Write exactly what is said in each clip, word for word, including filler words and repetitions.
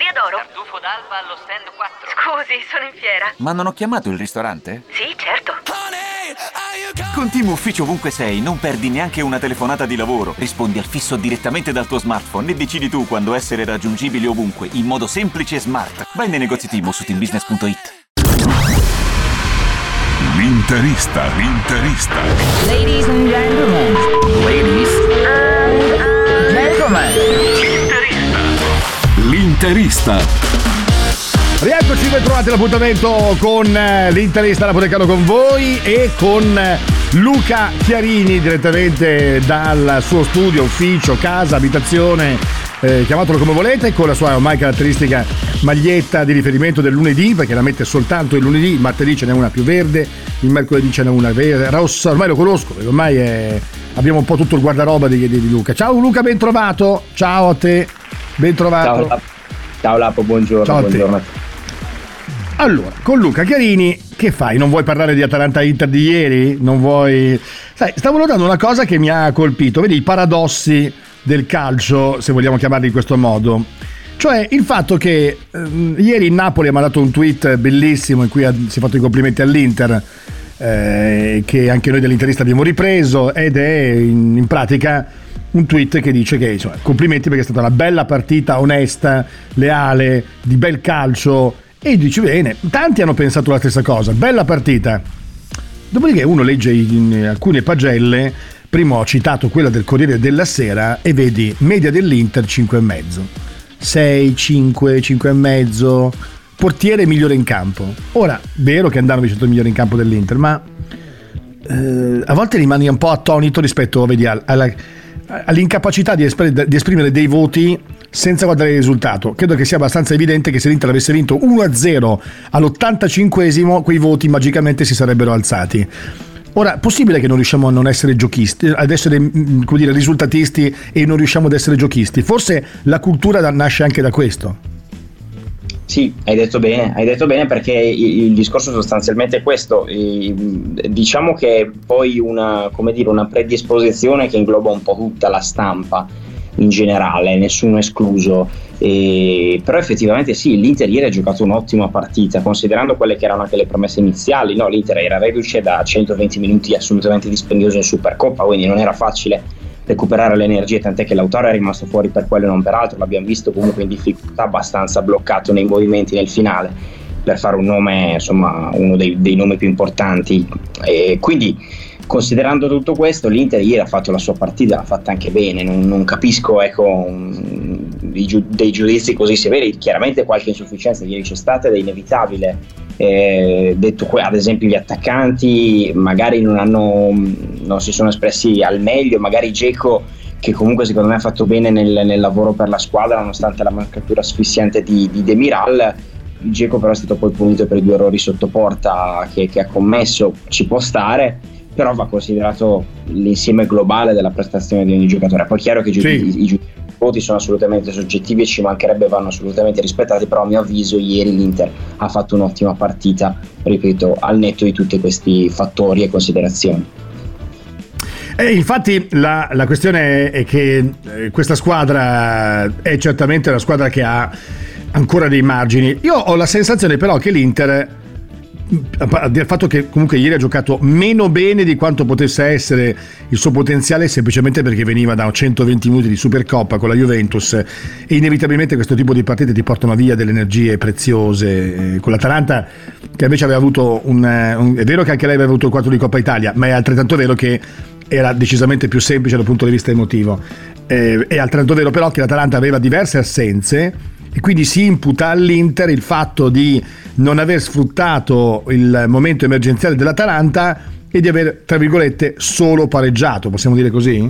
Osteria d'Oro. Tartufo d'alba allo stand quattro. Scusi, sono in fiera. Ma non ho chiamato il ristorante? Sì, certo. Con Team Ufficio ovunque sei, non perdi neanche una telefonata di lavoro. Rispondi al fisso direttamente dal tuo smartphone e decidi tu quando essere raggiungibile ovunque, in modo semplice e smart. Vai nei negozi Team o su team business punto it. L'interista, l'interista. Ladies and gentlemen. Ladies and gentlemen. L'interista. L'interista. Rieccoci, ben trovati l'appuntamento con l'Interista, la Podecano con voi e con Luca Chiarini direttamente dal suo studio, ufficio, casa, abitazione, eh, chiamatelo come volete, con la sua ormai caratteristica maglietta di riferimento del lunedì, perché la mette soltanto il lunedì, il martedì ce n'è una più verde, il mercoledì ce n'è una verde, rossa, ormai lo conosco, ormai è, abbiamo un po' tutto il guardaroba di, di, di Luca. Ciao Luca, ben trovato, ciao a te, ben trovato. Ciao, ciao Lapo, buongiorno. Ciao a te. Buongiorno. Allora, con Luca Chiarini, che fai? Non vuoi parlare di Atalanta-Inter di ieri? Non vuoi... Sai, stavo notando una cosa che mi ha colpito, vedi i paradossi del calcio, se vogliamo chiamarli in questo modo. Cioè il fatto che ehm, ieri il Napoli ha mandato un tweet bellissimo in cui ha, si è fatto i complimenti all'Inter, eh, che anche noi dell'Interista abbiamo ripreso, ed è in, in pratica un tweet che dice che insomma, complimenti perché è stata una bella partita, onesta, leale, di bel calcio. E dici bene, tanti hanno pensato la stessa cosa, bella partita. Dopodiché uno legge in alcune pagelle, prima ho citato quella del Corriere della Sera e vedi media dell'Inter cinque e mezzo, sei, cinque, cinque e mezzo, portiere migliore in campo. Ora, vero che Andanovic è stato il migliore in campo dell'Inter, ma eh, a volte rimani un po' attonito rispetto, vedi, alla, all'incapacità di, espr- di esprimere dei voti senza guardare il risultato. Credo che sia abbastanza evidente che se l'Inter avesse vinto uno a zero all'ottantacinquesimo quei voti magicamente si sarebbero alzati. Ora, possibile che non riusciamo a non essere giochisti, ad essere, come dire, risultatisti e non riusciamo ad essere giochisti? Forse la cultura nasce anche da questo. Sì, hai detto bene, hai detto bene perché il, il discorso sostanzialmente è questo. E, diciamo che poi una, come dire, una predisposizione che ingloba un po' tutta la stampa in generale, nessuno escluso, e, però effettivamente sì, l'Inter ieri ha giocato un'ottima partita considerando quelle che erano anche le promesse iniziali, no? L'Inter era reduce da centoventi minuti assolutamente dispendiosi in Supercoppa, quindi non era facile recuperare le energie, tant'è che Lautaro è rimasto fuori per quello e non per altro, l'abbiamo visto comunque in difficoltà, abbastanza bloccato nei movimenti nel finale, per fare un nome, insomma uno dei, dei nomi più importanti, e quindi considerando tutto questo l'Inter ieri ha fatto la sua partita, l'ha fatta anche bene, non, non capisco ecco dei, dei giudizi così severi. Chiaramente qualche insufficienza ieri c'è stata ed è inevitabile, eh, detto que- ad esempio gli attaccanti magari non hanno non si sono espressi al meglio, magari Dzeko, che comunque secondo me ha fatto bene nel, nel lavoro per la squadra nonostante la mancatura asfissiante di, di Demiral. Dzeko però è stato poi punito per i due errori sotto porta che, che ha commesso, ci può stare, però va considerato l'insieme globale della prestazione di ogni giocatore. Poi è chiaro che i, sì. i, i, i voti sono assolutamente soggettivi e ci mancherebbe, vanno assolutamente rispettati, però a mio avviso ieri l'Inter ha fatto un'ottima partita, ripeto, al netto di tutti questi fattori e considerazioni. E infatti la, la questione è che eh, questa squadra è certamente una squadra che ha ancora dei margini. Io ho la sensazione però che l'Inter, del fatto che comunque ieri ha giocato meno bene di quanto potesse essere il suo potenziale, semplicemente perché veniva da centoventi minuti di Supercoppa con la Juventus e inevitabilmente questo tipo di partite ti portano via delle energie preziose. Con l'Atalanta, che invece aveva avuto un, un è vero che anche lei aveva avuto il quattro di Coppa Italia, ma è altrettanto vero che era decisamente più semplice dal punto di vista emotivo. Eh, è altrettanto vero però che l'Atalanta aveva diverse assenze e quindi si imputa all'Inter il fatto di non aver sfruttato il momento emergenziale dell'Atalanta e di aver, tra virgolette, solo pareggiato, possiamo dire così?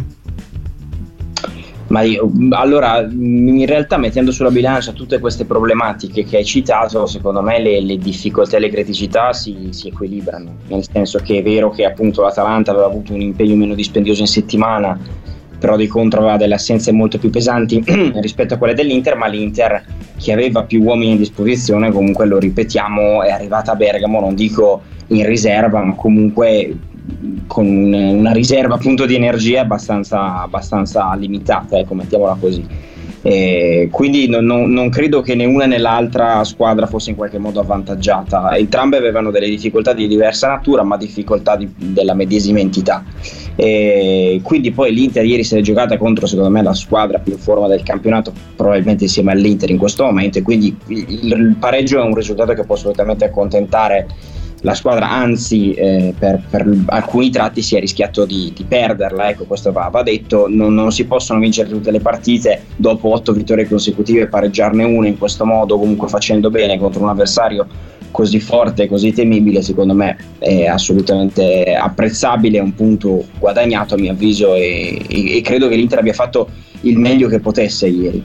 Ma io, allora, in realtà mettendo sulla bilancia tutte queste problematiche che hai citato, secondo me le, le difficoltà e le criticità si, si equilibrano, nel senso che è vero che appunto l'Atalanta aveva avuto un impegno meno dispendioso in settimana, però di contro aveva delle assenze molto più pesanti rispetto a quelle dell'Inter, ma l'Inter, che aveva più uomini a disposizione, comunque lo ripetiamo, è arrivata a Bergamo, non dico in riserva, ma comunque con una riserva appunto di energia abbastanza, abbastanza limitata, ecco, mettiamola così. Eh, quindi non, non, non credo che né una né l'altra squadra fosse in qualche modo avvantaggiata. Entrambe avevano delle difficoltà di diversa natura, ma difficoltà di, della medesima entità. Eh, quindi poi l'Inter ieri si è giocata contro, secondo me, la squadra più in forma del campionato, probabilmente insieme all'Inter in questo momento, e quindi il, il pareggio è un risultato che può assolutamente accontentare la squadra, anzi eh, per, per alcuni tratti si è rischiato di, di perderla, ecco, questo va, va detto. Non, non si possono vincere tutte le partite dopo otto vittorie consecutive e pareggiarne una in questo modo, comunque facendo bene contro un avversario così forte e così temibile. Secondo me è assolutamente apprezzabile, è un punto guadagnato a mio avviso, e, e, e credo che l'Inter abbia fatto il meglio che potesse ieri.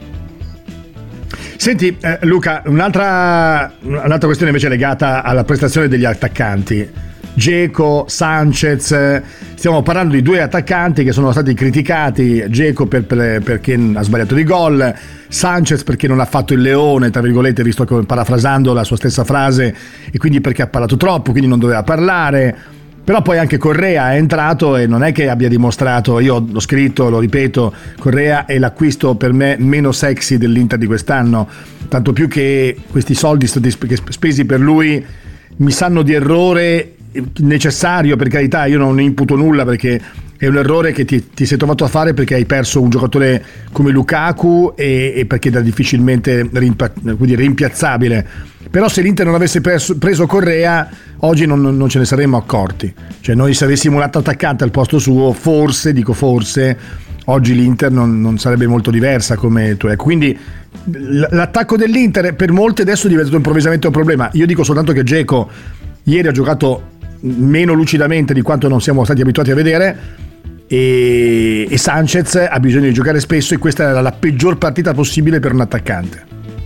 Senti eh, Luca, un'altra, un'altra questione invece legata alla prestazione degli attaccanti. Dzeko, Sanchez, stiamo parlando di due attaccanti che sono stati criticati. Dzeko per, per, perché ha sbagliato di gol, Sanchez perché non ha fatto il leone, tra virgolette, visto che parafrasando la sua stessa frase, e quindi perché ha parlato troppo, quindi non doveva parlare. Però poi anche Correa è entrato e non è che abbia dimostrato, io l'ho scritto, lo ripeto, Correa è l'acquisto per me meno sexy dell'Inter di quest'anno, tanto più che questi soldi spesi per lui mi sanno di errore necessario, per carità, io non ne imputo nulla, perché è un errore che ti, ti sei trovato a fare perché hai perso un giocatore come Lukaku e, e perché era difficilmente rimpa, quindi rimpiazzabile. Però se l'Inter non avesse preso, preso Correa oggi non, non ce ne saremmo accorti, cioè noi se avessimo un altro attaccante al posto suo, forse, dico forse, oggi l'Inter non, non sarebbe molto diversa come tu. Quindi l'attacco dell'Inter per molti adesso è diventato improvvisamente un problema. Io dico soltanto che Dzeko ieri ha giocato meno lucidamente di quanto non siamo stati abituati a vedere, e, e Sanchez ha bisogno di giocare spesso, e questa era la peggior partita possibile per un attaccante.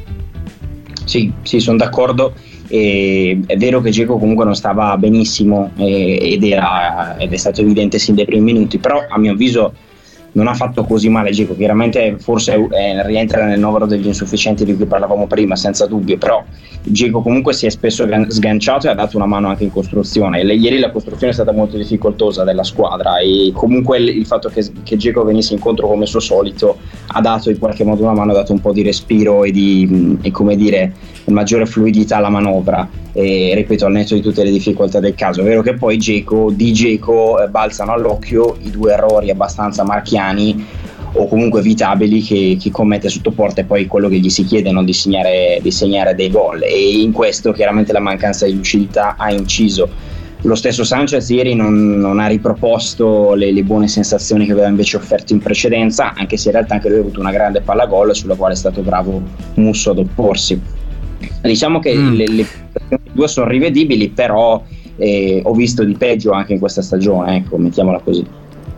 Sì, sì, sono d'accordo. E è vero che Dzeko comunque non stava benissimo, e, ed, era, ed è stato evidente sin dai primi minuti, però a mio avviso non ha fatto così male Dzeko. Chiaramente forse eh, rientra nel novero degli insufficienti di cui parlavamo prima, senza dubbio, però Dzeko comunque si è spesso sganciato e ha dato una mano anche in costruzione. Le, ieri la costruzione è stata molto difficoltosa della squadra, e comunque il, il fatto che, che Dzeko venisse incontro come suo solito ha dato in qualche modo una mano, ha dato un po' di respiro e di, e come dire, maggiore fluidità alla manovra, e ripeto, al netto di tutte le difficoltà del caso. È vero che poi Dzeko, di Dzeko eh, balzano all'occhio i due errori abbastanza marchiani o comunque evitabili che, che commette sotto porta, e poi quello che gli si chiede, non di segnare, di segnare dei gol, e in questo chiaramente la mancanza di lucidità ha inciso. Lo stesso Sanchez ieri non, non ha riproposto le, le buone sensazioni che aveva invece offerto in precedenza, anche se in realtà anche lui ha avuto una grande palla gol sulla quale è stato bravo Musso ad opporsi. Diciamo che mm. le, le due sono rivedibili, però eh, ho visto di peggio anche in questa stagione, ecco, mettiamola così.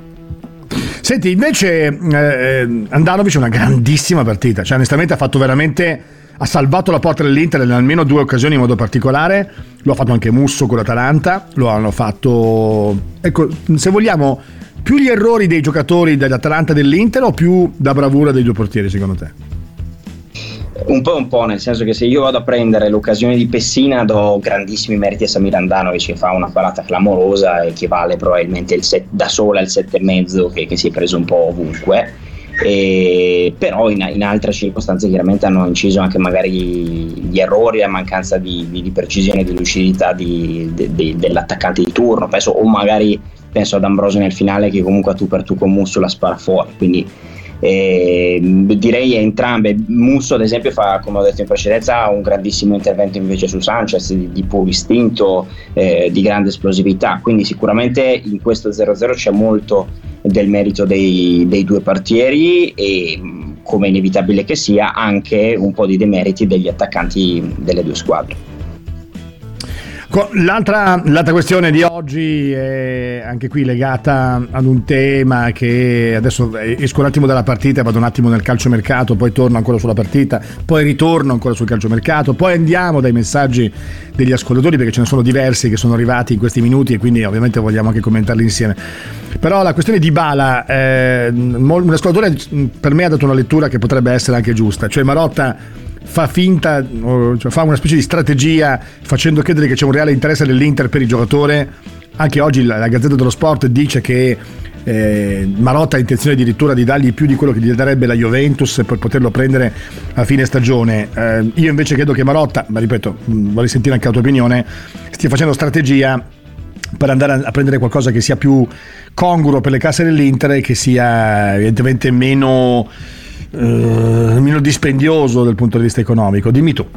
Senti, invece eh, Andanovic è una grandissima partita, cioè onestamente ha fatto veramente, ha salvato la porta dell'Inter in almeno due occasioni in modo particolare. Lo ha fatto anche Musso con l'Atalanta, lo hanno fatto, ecco, se vogliamo, più gli errori dei giocatori dell'Atalanta e dell'Inter o più da bravura dei due portieri, secondo te? Un po' un po', nel senso che se io vado a prendere l'occasione di Pessina do grandissimi meriti a Samir Handanovic, che fa una parata clamorosa e che vale probabilmente il set, da sola il sette e mezzo che, che si è preso un po' ovunque, e, però in, in altre circostanze chiaramente hanno inciso anche magari gli errori, la mancanza di, di, di precisione e di lucidità di, de, de, dell'attaccante di turno, penso, o magari penso ad Ambrosio nel finale che comunque a tu per tu con Musso la spara fuori, quindi Eh, direi entrambe. Musso ad esempio fa, come ho detto in precedenza, un grandissimo intervento invece su Sanchez di, di puro istinto, eh, di grande esplosività, quindi sicuramente in questo zero a zero c'è molto del merito dei, dei due portieri, e come inevitabile che sia anche un po' di demeriti degli attaccanti delle due squadre. L'altra, l'altra questione di oggi è anche qui legata ad un tema che adesso esco un attimo dalla partita e vado un attimo nel calciomercato, poi torno ancora sulla partita, poi ritorno ancora sul calciomercato, poi andiamo dai messaggi degli ascoltatori, perché ce ne sono diversi che sono arrivati in questi minuti e quindi ovviamente vogliamo anche commentarli insieme. Però la questione di Dybala, eh, un ascoltatore per me ha dato una lettura che potrebbe essere anche giusta, cioè Marotta fa finta, cioè fa una specie di strategia facendo credere che c'è un reale interesse dell'Inter per il giocatore. Anche oggi la, la Gazzetta dello Sport dice che eh, Marotta ha intenzione addirittura di dargli più di quello che gli darebbe la Juventus per poterlo prendere a fine stagione. Eh, io invece credo che Marotta, ma ripeto, vorrei sentire anche la tua opinione, stia facendo strategia per andare a prendere qualcosa che sia più congruo per le casse dell'Inter e che sia evidentemente meno, eh, meno dispendioso dal punto di vista economico. Dimmi tu.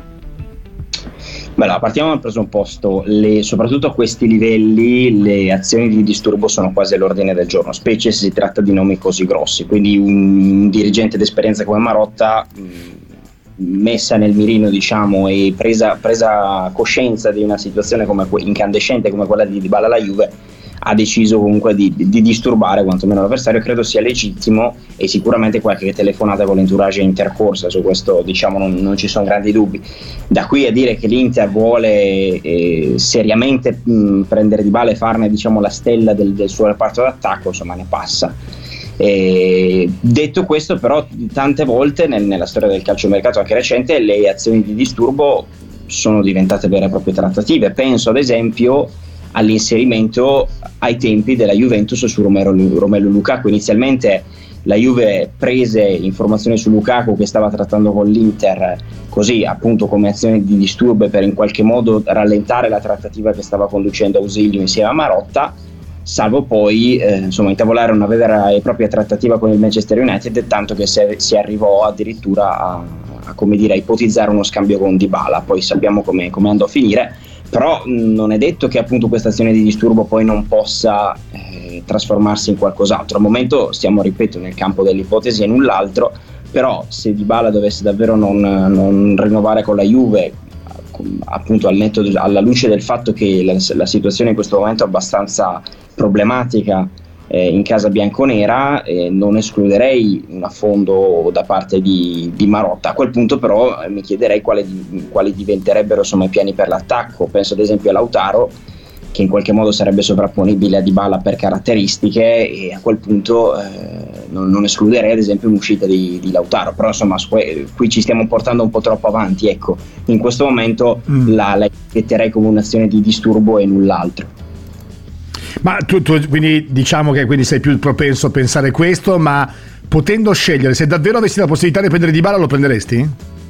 Beh, allora, partiamo dal presupposto, le, soprattutto a questi livelli le azioni di disturbo sono quasi all'ordine del giorno, specie se si tratta di nomi così grossi, quindi un, un dirigente d'esperienza come Marotta, mh, messa nel mirino, diciamo, e presa, presa coscienza di una situazione come que- incandescente come quella di Dybala alla Juve, ha deciso comunque di, di, di disturbare quantomeno l'avversario. Credo sia legittimo, e sicuramente qualche telefonata con l'entourage è intercorsa, su questo diciamo non, non ci sono grandi dubbi. Da qui a dire che l'Inter vuole eh, seriamente mh, prendere Dybala e farne, diciamo, la stella del, del suo reparto d'attacco, insomma, ne passa. E detto questo, però, tante volte nel, nella storia del calciomercato anche recente le azioni di disturbo sono diventate vere e proprie trattative. Penso ad esempio all'inserimento ai tempi della Juventus su Romelu, Romelu Lukaku. Inizialmente la Juve prese informazioni su Lukaku che stava trattando con l'Inter, così appunto come azione di disturbo per in qualche modo rallentare la trattativa che stava conducendo Ausilio insieme a Marotta, salvo poi eh, insomma intavolare una vera e propria trattativa con il Manchester United, tanto che si, si arrivò addirittura a, a, come dire, a ipotizzare uno scambio con Dybala. Poi sappiamo come andò a finire, però mh, non è detto che appunto questa azione di disturbo poi non possa eh, trasformarsi in qualcos'altro. Al momento stiamo, ripeto, nel campo dell'ipotesi e null'altro, però se Dybala dovesse davvero non, non rinnovare con la Juve, appunto al netto, alla luce del fatto che la, la situazione in questo momento è abbastanza problematica eh, in casa bianconera, eh, non escluderei un affondo da parte di, di Marotta. A quel punto però eh, mi chiederei quali, quali diventerebbero, insomma, i piani per l'attacco. Penso ad esempio a Lautaro, che in qualche modo sarebbe sovrapponibile a Dybala per caratteristiche, e a quel punto eh, non, non escluderei ad esempio un'uscita di, di Lautaro. Però insomma qui ci stiamo portando un po' troppo avanti, ecco. In questo momento mm. la, la etichetterei come un'azione di disturbo e null'altro. Ma tu, tu quindi diciamo che quindi sei più propenso a pensare questo, ma potendo scegliere, se davvero avessi la possibilità di prendere Dybala, lo prenderesti?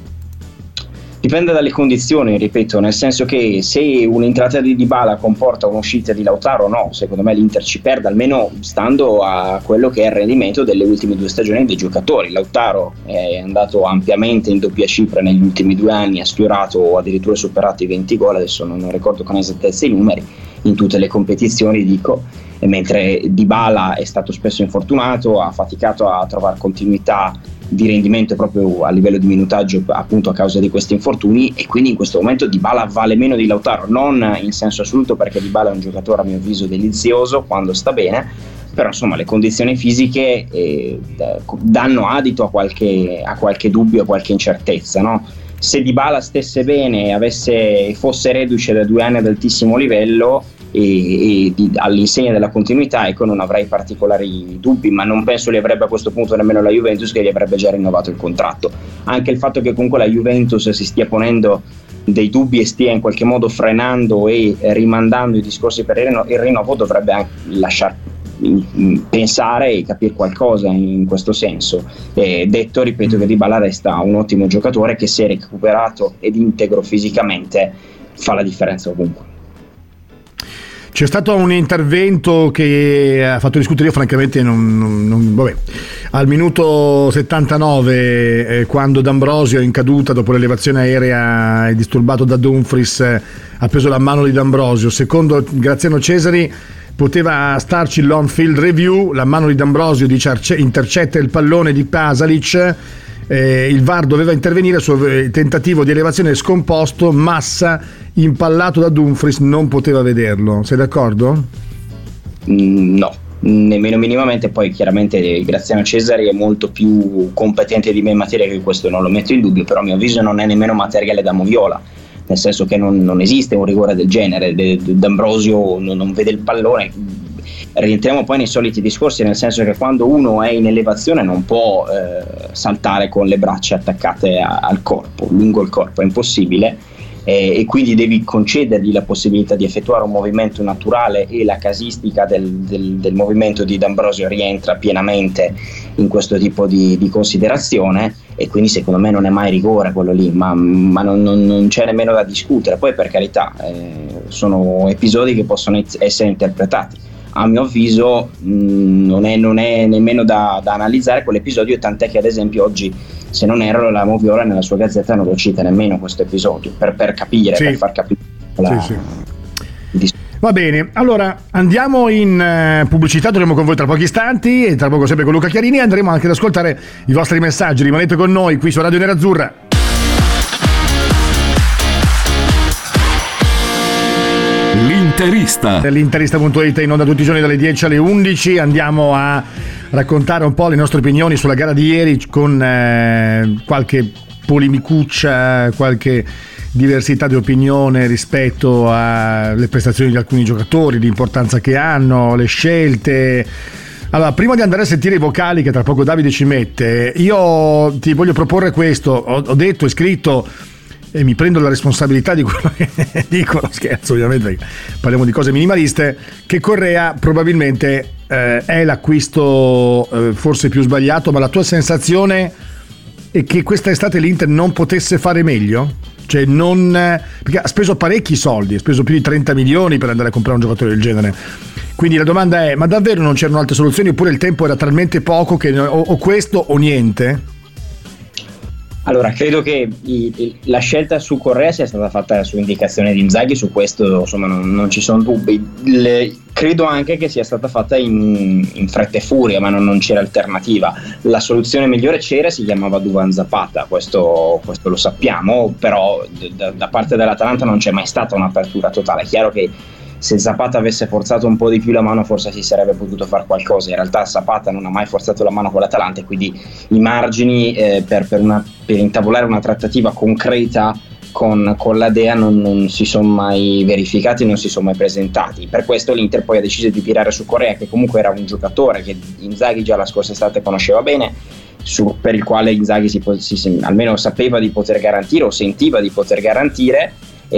Dipende dalle condizioni, ripeto, nel senso che se un'entrata di Dybala comporta un'uscita di Lautaro, no, secondo me l'Inter ci perde, almeno stando a quello che è il rendimento delle ultime due stagioni dei giocatori. Lautaro è andato ampiamente in doppia cifra negli ultimi due anni, ha sfiorato o addirittura superato i venti gol, adesso non ricordo con esattezza i numeri, in tutte le competizioni, dico, e mentre Dybala è stato spesso infortunato, ha faticato a trovare continuità di rendimento proprio a livello di minutaggio appunto a causa di questi infortuni, e quindi in questo momento Dybala vale meno di Lautaro, non in senso assoluto, perché Dybala è un giocatore a mio avviso delizioso quando sta bene, però insomma le condizioni fisiche eh, danno adito a qualche, a qualche dubbio, a qualche incertezza, no? Se Dybala stesse bene e avesse, fosse reduce da due anni ad altissimo livello e, e di, all'insegna della continuità, ecco, non avrei particolari dubbi, ma non penso li avrebbe a questo punto nemmeno la Juventus, che gli avrebbe già rinnovato il contratto. Anche il fatto che comunque la Juventus si stia ponendo dei dubbi e stia in qualche modo frenando e rimandando i discorsi per il rinnovo, il rinnovo dovrebbe anche lasciar pensare e capire qualcosa in questo senso. E detto, ripeto, che Dybala resta un ottimo giocatore che, se recuperato ed integro fisicamente, fa la differenza ovunque. C'è stato un intervento che ha fatto discutere, io francamente non, non, non vabbè. Al minuto settantanove, eh, quando D'Ambrosio è in caduta dopo l'elevazione aerea e disturbato da Dumfries, eh, ha preso la mano di D'Ambrosio. Secondo Graziano Cesari poteva starci l'on field review, la mano di D'Ambrosio dice intercetta il pallone di Pasalic, eh, il V A R doveva intervenire, il suo tentativo di elevazione è scomposto, Massa impallato da Dumfries non poteva vederlo. Sei d'accordo? Mm, no, nemmeno minimamente. Poi chiaramente Graziano Cesari è molto più competente di me in materia, che questo non lo metto in dubbio, però a mio avviso non è nemmeno materiale da moviola, nel senso che non, non esiste un rigore del genere. De, de, D'Ambrosio non, non vede il pallone. Rientriamo poi nei soliti discorsi, nel senso che quando uno è in elevazione non può eh, saltare con le braccia attaccate a, al corpo, lungo il corpo, è impossibile. eh, e quindi devi concedergli la possibilità di effettuare un movimento naturale, e la casistica del, del, del movimento di D'Ambrosio rientra pienamente in questo tipo di, di considerazione, e quindi secondo me non è mai rigore quello lì, ma, ma non, non, non c'è nemmeno da discutere. Poi per carità eh, sono episodi che possono essere interpretati, a mio avviso mh, non, è, non è nemmeno da, da analizzare quell'episodio, tant'è che ad esempio oggi, se non erro, la Moviola nella sua gazzetta non lo cita nemmeno questo episodio, per, per capire, sì. per far capire la, sì, sì. Va bene, allora andiamo in uh, pubblicità, torniamo con voi tra pochi istanti, e tra poco sempre con Luca Chiarini, e andremo anche ad ascoltare i vostri messaggi. Rimanete con noi qui su Radio Nerazzurra. L'interista. L'interista punto it in onda tutti i giorni dalle dieci alle undici. Andiamo a raccontare un po' le nostre opinioni sulla gara di ieri, con eh, qualche polemicuccia, qualche diversità di opinione rispetto alle prestazioni di alcuni giocatori, l'importanza che hanno, le scelte. Allora, prima di andare a sentire i vocali che tra poco Davide ci mette, io ti voglio proporre questo. Ho, ho detto e scritto, e mi prendo la responsabilità di quello che dico, no, scherzo ovviamente, perché parliamo di cose minimaliste, che Correa probabilmente eh, è l'acquisto eh, forse più sbagliato, ma la tua sensazione è che questa estate l'Inter non potesse fare meglio? Cioè non, perché ha speso parecchi soldi, ha speso più di trenta milioni per andare a comprare un giocatore del genere, quindi la domanda è: ma davvero non c'erano altre soluzioni, oppure il tempo era talmente poco che o, o questo o niente? Allora, credo che i, i, la scelta su Correa sia stata fatta su indicazione di Inzaghi, su questo insomma non, non ci sono dubbi. Le, credo anche che sia stata fatta in, in fretta e furia, ma non, non c'era alternativa. La soluzione migliore c'era, si chiamava Duvan Zapata, questo, questo lo sappiamo, però da, da parte dell'Atalanta non c'è mai stata un'apertura totale. È chiaro che se Zapata avesse forzato un po' di più la mano forse si sarebbe potuto fare qualcosa. In realtà Zapata non ha mai forzato la mano con l'Atalanta, e quindi i margini eh, per, per, una, per intavolare una trattativa concreta con, con la Dea non, non si sono mai verificati, non si sono mai presentati. Per questo l'Inter poi ha deciso di tirare su Correa, che comunque era un giocatore che Inzaghi già la scorsa estate conosceva bene, su, per il quale Inzaghi si, si, almeno sapeva di poter garantire, o sentiva di poter garantire.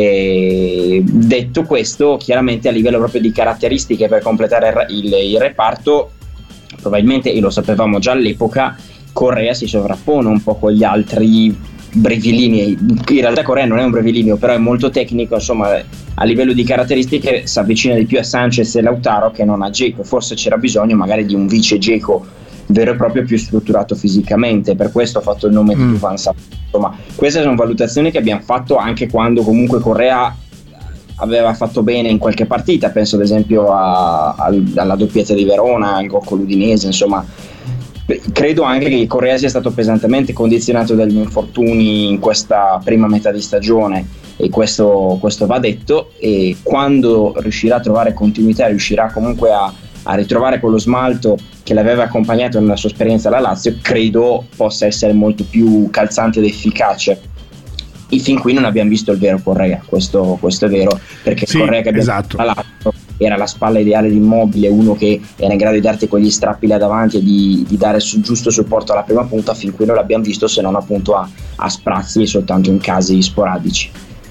E detto questo, chiaramente a livello proprio di caratteristiche per completare il, il reparto, probabilmente, e lo sapevamo già all'epoca, Correa si sovrappone un po' con gli altri brevilinei. In realtà Correa non è un brevilineo, però è molto tecnico, insomma a livello di caratteristiche si avvicina di più a Sanchez e Lautaro che non a Dzeko. Forse c'era bisogno magari di un vice Dzeko vero e proprio, più strutturato fisicamente, per questo ho fatto il nome mm. di Duvan Zapata. Insomma, queste sono valutazioni che abbiamo fatto anche quando comunque Correa aveva fatto bene in qualche partita, penso ad esempio a, a, alla doppietta di Verona, al gol con l'Udinese. Insomma, credo anche che Correa sia stato pesantemente condizionato dagli infortuni in questa prima metà di stagione, e questo, questo va detto, e quando riuscirà a trovare continuità, riuscirà comunque a a ritrovare quello smalto che l'aveva accompagnato nella sua esperienza alla Lazio, credo possa essere molto più calzante ed efficace. E fin qui non abbiamo visto il vero Correa, questo, questo è vero, perché sì, Correa che abbiamo esatto. alla Lazio era la spalla ideale di Immobile, uno che era in grado di darti quegli strappi là davanti e di, di dare su, giusto supporto alla prima punta. Fin qui non l'abbiamo visto, se non appunto a, a sprazzi e soltanto in casi sporadici.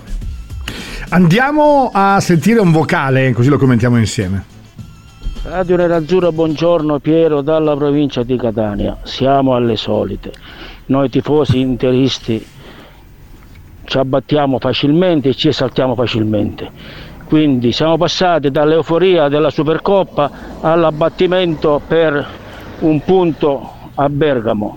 Andiamo a sentire un vocale, così lo commentiamo insieme. Radio Nerazzurra, buongiorno, Piero dalla provincia di Catania. Siamo alle solite. Noi tifosi interisti ci abbattiamo facilmente e ci esaltiamo facilmente. Quindi siamo passati dall'euforia della Supercoppa all'abbattimento per un punto a Bergamo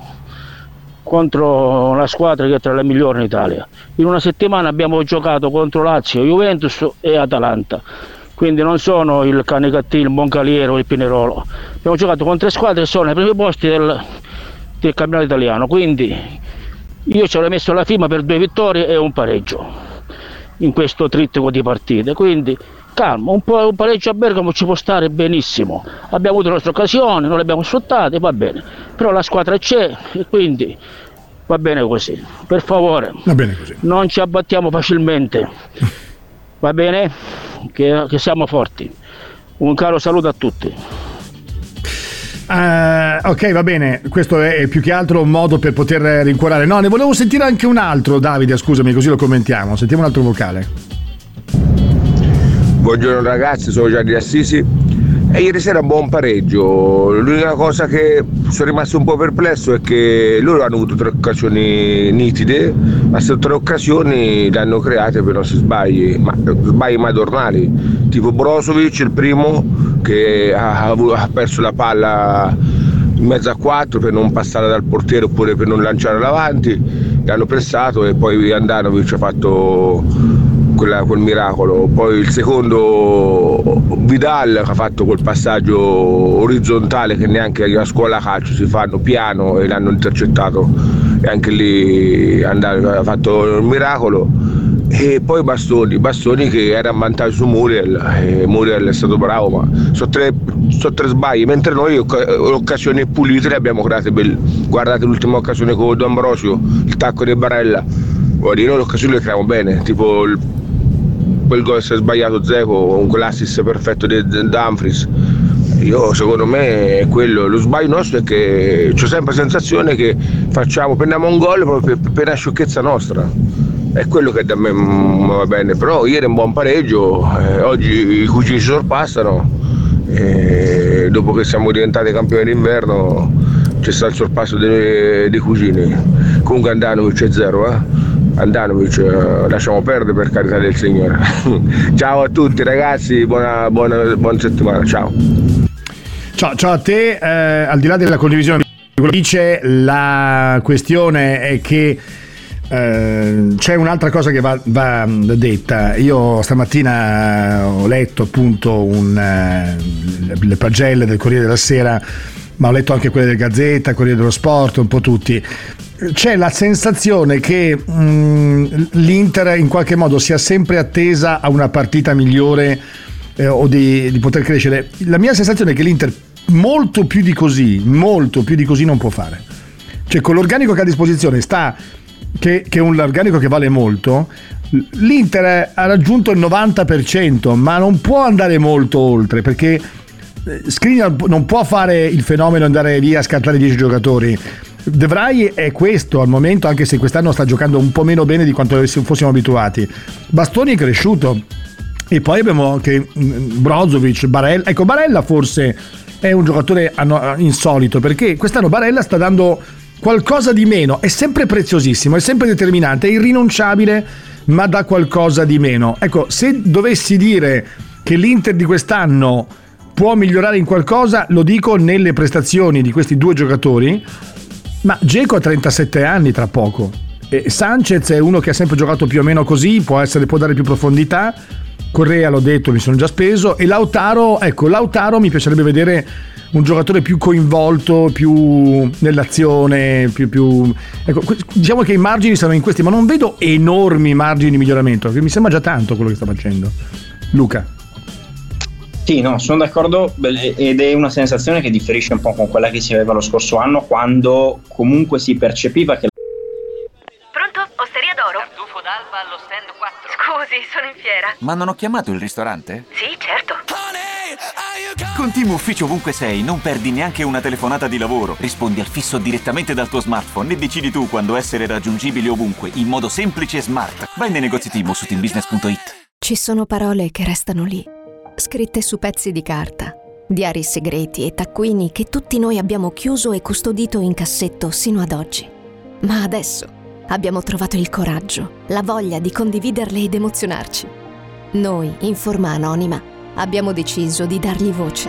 contro una squadra che è tra le migliori in Italia. In una settimana abbiamo giocato contro Lazio, Juventus e Atalanta. Quindi non sono il Canicattì, il Moncaliero o il Pinerolo. Abbiamo giocato con tre squadre che sono ai primi posti del, del campionato italiano. Quindi io ci avrei messo la firma per due vittorie e un pareggio in questo trittico di partite. Quindi calma, un, po', un pareggio a Bergamo ci può stare benissimo. Abbiamo avuto le nostre occasioni, non le abbiamo sfruttate, va bene. Però la squadra c'è e quindi va bene così. Per favore, va bene così. Non ci abbattiamo facilmente. Va bene? Che, che siamo forti. Un caro saluto a tutti. Uh, ok, va bene, questo è più che altro un modo per poter rincuorare. No, ne volevo sentire anche un altro, Davide, scusami, così lo commentiamo. Sentiamo un altro vocale. Buongiorno ragazzi, sono Gianni Assisi e ieri sera buon pareggio. L'unica cosa che sono rimasto un po' perplesso è che loro hanno avuto tre occasioni nitide, ma queste tre occasioni le hanno create per nostri sbagli, ma sbagli madornali, tipo Brozovic il primo che ha, ha perso la palla in mezzo a quattro per non passare dal portiere oppure per non lanciare davanti, l'hanno pressato e poi Andanovic ha fatto quella, quel miracolo. Poi il secondo Vidal che ha fatto quel passaggio orizzontale che neanche a scuola calcio si fanno, piano, e l'hanno intercettato e anche lì ha fatto il miracolo. E poi Bastoni, Bastoni che era in vantaggio su Muriel, e Muriel è stato bravo, ma sono tre, so tre sbagli, mentre noi occasioni pulite le abbiamo create. Guardate l'ultima occasione con D'Ambrosio, il tacco di Barella, vuol dire, noi le occasioni le creiamo bene, tipo il, quel gol si è sbagliato Dzeko con quell'assist perfetto di Dumfries. Io secondo me è quello, lo sbaglio nostro è che c'ho sempre la sensazione che facciamo, prendiamo un gol proprio per, per una sciocchezza nostra. È quello che da me va bene, però ieri è un buon pareggio, eh, oggi i cugini si sorpassano, e dopo che siamo diventati campioni d'inverno c'è stato il sorpasso dei, dei cugini. Comunque Andanovic è zero, eh? Andanovic eh, lasciamo perdere, per carità del Signore. Ciao a tutti ragazzi, buona, buona, buona settimana, ciao. Ciao, ciao a te, eh, al di là della condivisione, dice la questione è che Uh, c'è un'altra cosa che va, va detta. Io stamattina ho letto appunto un, uh, le pagelle del Corriere della Sera, ma ho letto anche quelle del Gazzetta, Corriere dello Sport, un po' tutti. C'è la sensazione che um, l'Inter in qualche modo sia sempre attesa a una partita migliore eh, o di, di poter crescere. La mia sensazione è che l'Inter molto più di così, molto più di così non può fare. Cioè con l'organico che ha a disposizione sta Che, che è un organico che vale molto, l'Inter ha raggiunto il novanta per cento, ma non può andare molto oltre, perché Skriniar non può fare il fenomeno e andare via a scartare dieci giocatori. De Vrij è questo al momento, anche se quest'anno sta giocando un po' meno bene di quanto fossimo abituati. Bastoni è cresciuto, e poi abbiamo anche Brozovic, Barella. Ecco, Barella forse è un giocatore insolito, perché quest'anno Barella sta dando qualcosa di meno, è sempre preziosissimo, è sempre determinante, è irrinunciabile, ma dà qualcosa di meno. Ecco, se dovessi dire che l'Inter di quest'anno può migliorare in qualcosa, lo dico nelle prestazioni di questi due giocatori, ma Dzeko ha trentasette anni tra poco, e Sanchez è uno che ha sempre giocato più o meno così, può essere, può dare più profondità. Correa, l'ho detto, mi sono già speso, e Lautaro, ecco, Lautaro mi piacerebbe vedere un giocatore più coinvolto, più nell'azione, più, più... Ecco, diciamo che i margini sono in questi, ma non vedo enormi margini di miglioramento, che mi sembra già tanto quello che sta facendo. Luca. Sì, no, sono d'accordo, ed è una sensazione che differisce un po' con quella che si aveva lo scorso anno, quando comunque si percepiva che... Pronto? Osteria d'Oro? Tartufo d'alba allo stand quattro. Scusi, sono in fiera. Ma non ho chiamato il ristorante? Sì, certo. Con Team Ufficio ovunque sei non perdi neanche una telefonata di lavoro. Rispondi al fisso direttamente dal tuo smartphone e decidi tu quando essere raggiungibile ovunque, in modo semplice e smart. Vai nei negozi Team o su team business punto it. Ci sono parole che restano lì, scritte su pezzi di carta, diari segreti e taccuini che tutti noi abbiamo chiuso e custodito in cassetto sino ad oggi. Ma adesso abbiamo trovato il coraggio, la voglia di condividerle ed emozionarci. Noi, in forma anonima, abbiamo deciso di dargli voce.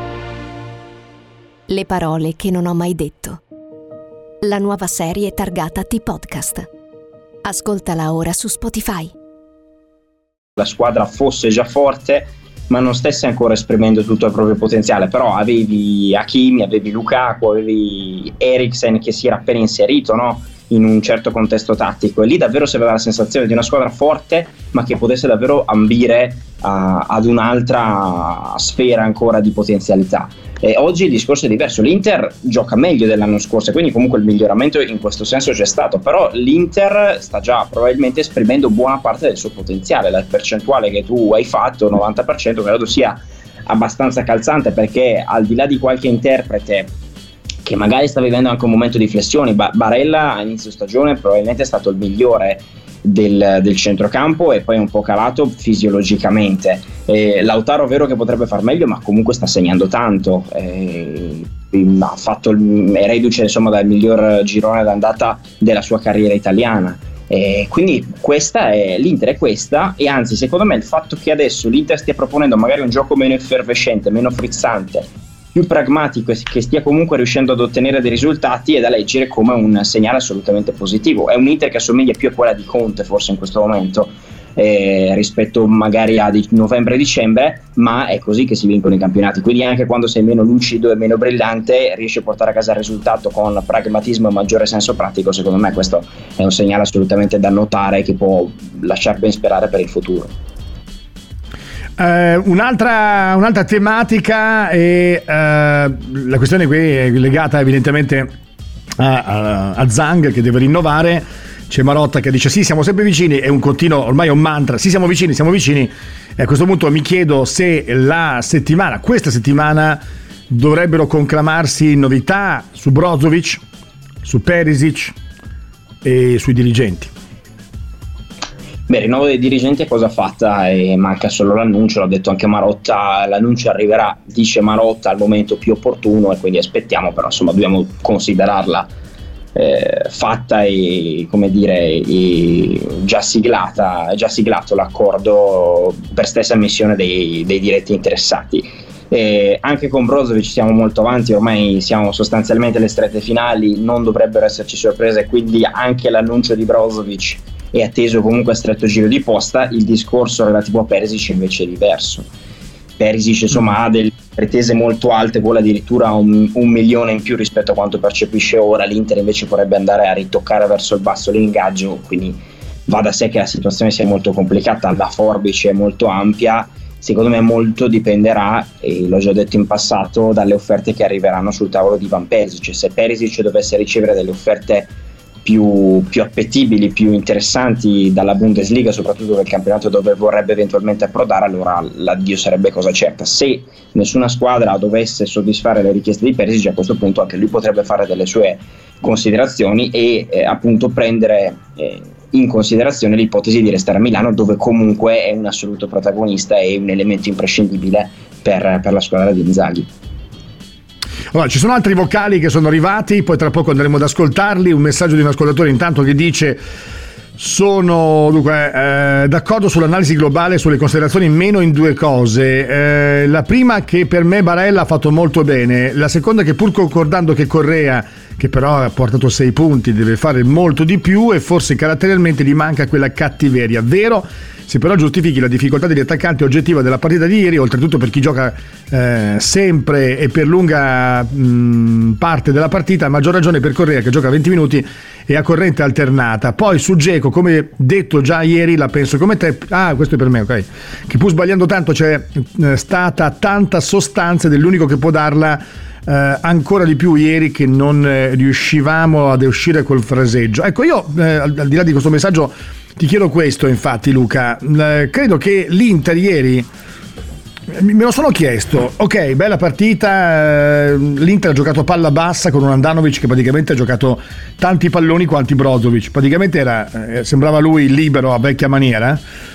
Le parole che non ho mai detto. La nuova serie targata T-Podcast. Ascoltala ora su Spotify. La squadra fosse già forte, ma non stesse ancora esprimendo tutto il proprio potenziale. Però avevi Hakimi, avevi Lukaku, avevi Eriksen che si era appena inserito, no? In un certo contesto tattico, e lì davvero si aveva la sensazione di una squadra forte, ma che potesse davvero ambire uh, ad un'altra sfera ancora di potenzialità. E oggi il discorso è diverso, l'Inter gioca meglio dell'anno scorso, quindi comunque il miglioramento in questo senso c'è stato, però l'Inter sta già probabilmente esprimendo buona parte del suo potenziale. La percentuale che tu hai fatto, novanta per cento, credo sia abbastanza calzante, perché al di là di qualche interprete che magari sta vivendo anche un momento di flessione, ba- Barella a inizio stagione probabilmente è stato il migliore del, del centrocampo e poi è un po' calato fisiologicamente. eh, Lautaro vero che potrebbe far meglio, ma comunque sta segnando tanto, eh, ha fatto il, è reduce insomma dal miglior girone d'andata della sua carriera italiana. Eh, quindi questa è l'Inter, è questa, e anzi secondo me il fatto che adesso l'Inter stia proponendo magari un gioco meno effervescente, meno frizzante, più pragmatico, e che stia comunque riuscendo ad ottenere dei risultati, è da leggere come un segnale assolutamente positivo. È un Inter che assomiglia più a quella di Conte forse in questo momento, eh, rispetto magari a di- novembre-dicembre, ma è così che si vincono i campionati. Quindi anche quando sei meno lucido e meno brillante riesci a portare a casa il risultato con pragmatismo e maggiore senso pratico. Secondo me questo è un segnale assolutamente da notare, che può lasciar ben sperare per il futuro. Uh, un'altra, un'altra tematica è uh, la questione qui è legata evidentemente a, a, a Zhang, che deve rinnovare. C'è Marotta che dice sì, siamo sempre vicini, è un continuo, ormai è un mantra, sì siamo vicini, siamo vicini, e a questo punto mi chiedo se la settimana, questa settimana dovrebbero conclamarsi novità su Brozovic, su Perisic e sui dirigenti. Beh, il rinnovo dei dirigenti è cosa fatta e manca solo l'annuncio, l'ha detto anche Marotta, l'annuncio arriverà, dice Marotta, al momento più opportuno, e quindi aspettiamo, però insomma dobbiamo considerarla eh, fatta e, come dire, e già siglata, già siglato l'accordo per stessa ammissione dei, dei diretti interessati. E anche con Brozovic siamo molto avanti, ormai siamo sostanzialmente alle strette finali, non dovrebbero esserci sorprese, quindi anche l'annuncio di Brozovic è atteso comunque a stretto giro di posta. Il discorso relativo a Perisic invece è diverso. Perisic insomma ha delle pretese molto alte, vuole addirittura un, un milione in più rispetto a quanto percepisce ora. L'Inter invece vorrebbe andare a ritoccare verso il basso l'ingaggio, quindi va da sé che la situazione sia molto complicata, la forbice è molto ampia. Secondo me molto dipenderà, e l'ho già detto in passato, dalle offerte che arriveranno sul tavolo di Van Perisic. Se Perisic dovesse ricevere delle offerte più, più appetibili, più interessanti dalla Bundesliga, soprattutto del campionato dove vorrebbe eventualmente approdare, allora l'addio sarebbe cosa certa. Se nessuna squadra dovesse soddisfare le richieste di Perisic, a questo punto anche lui potrebbe fare delle sue considerazioni e eh, appunto prendere eh, in considerazione l'ipotesi di restare a Milano, dove comunque è un assoluto protagonista e un elemento imprescindibile per, per la squadra di Inzaghi. Allora, ci sono altri vocali che sono arrivati, poi tra poco andremo ad ascoltarli. Un messaggio di un ascoltatore intanto che dice: sono dunque eh, d'accordo sull'analisi globale, sulle considerazioni, meno in due cose. Eh, la prima, che per me Barella ha fatto molto bene; la seconda, che pur concordando che Correa, che però ha portato sei punti, deve fare molto di più e forse caratterialmente gli manca quella cattiveria. Vero, se però giustifichi la difficoltà degli attaccanti oggettiva della partita di ieri, oltretutto per chi gioca eh, sempre e per lunga mh, parte della partita, a maggior ragione per Correa che gioca venti minuti e a corrente alternata. Poi su Dzeko, come detto già ieri, la penso come te. Ah, questo è per me, ok. Che pur sbagliando tanto c'è eh, stata tanta sostanza ed è l'unico che può darla eh, ancora di più ieri, che non eh, riuscivamo ad uscire col fraseggio. Ecco, io eh, al, al di là di questo messaggio ti chiedo questo, infatti, Luca. Eh, credo che l'Inter ieri, me lo sono chiesto, ok, bella partita, eh, l'Inter ha giocato palla bassa con un Handanovic che praticamente ha giocato tanti palloni quanti Brozovic, praticamente era, eh, sembrava lui libero a vecchia maniera,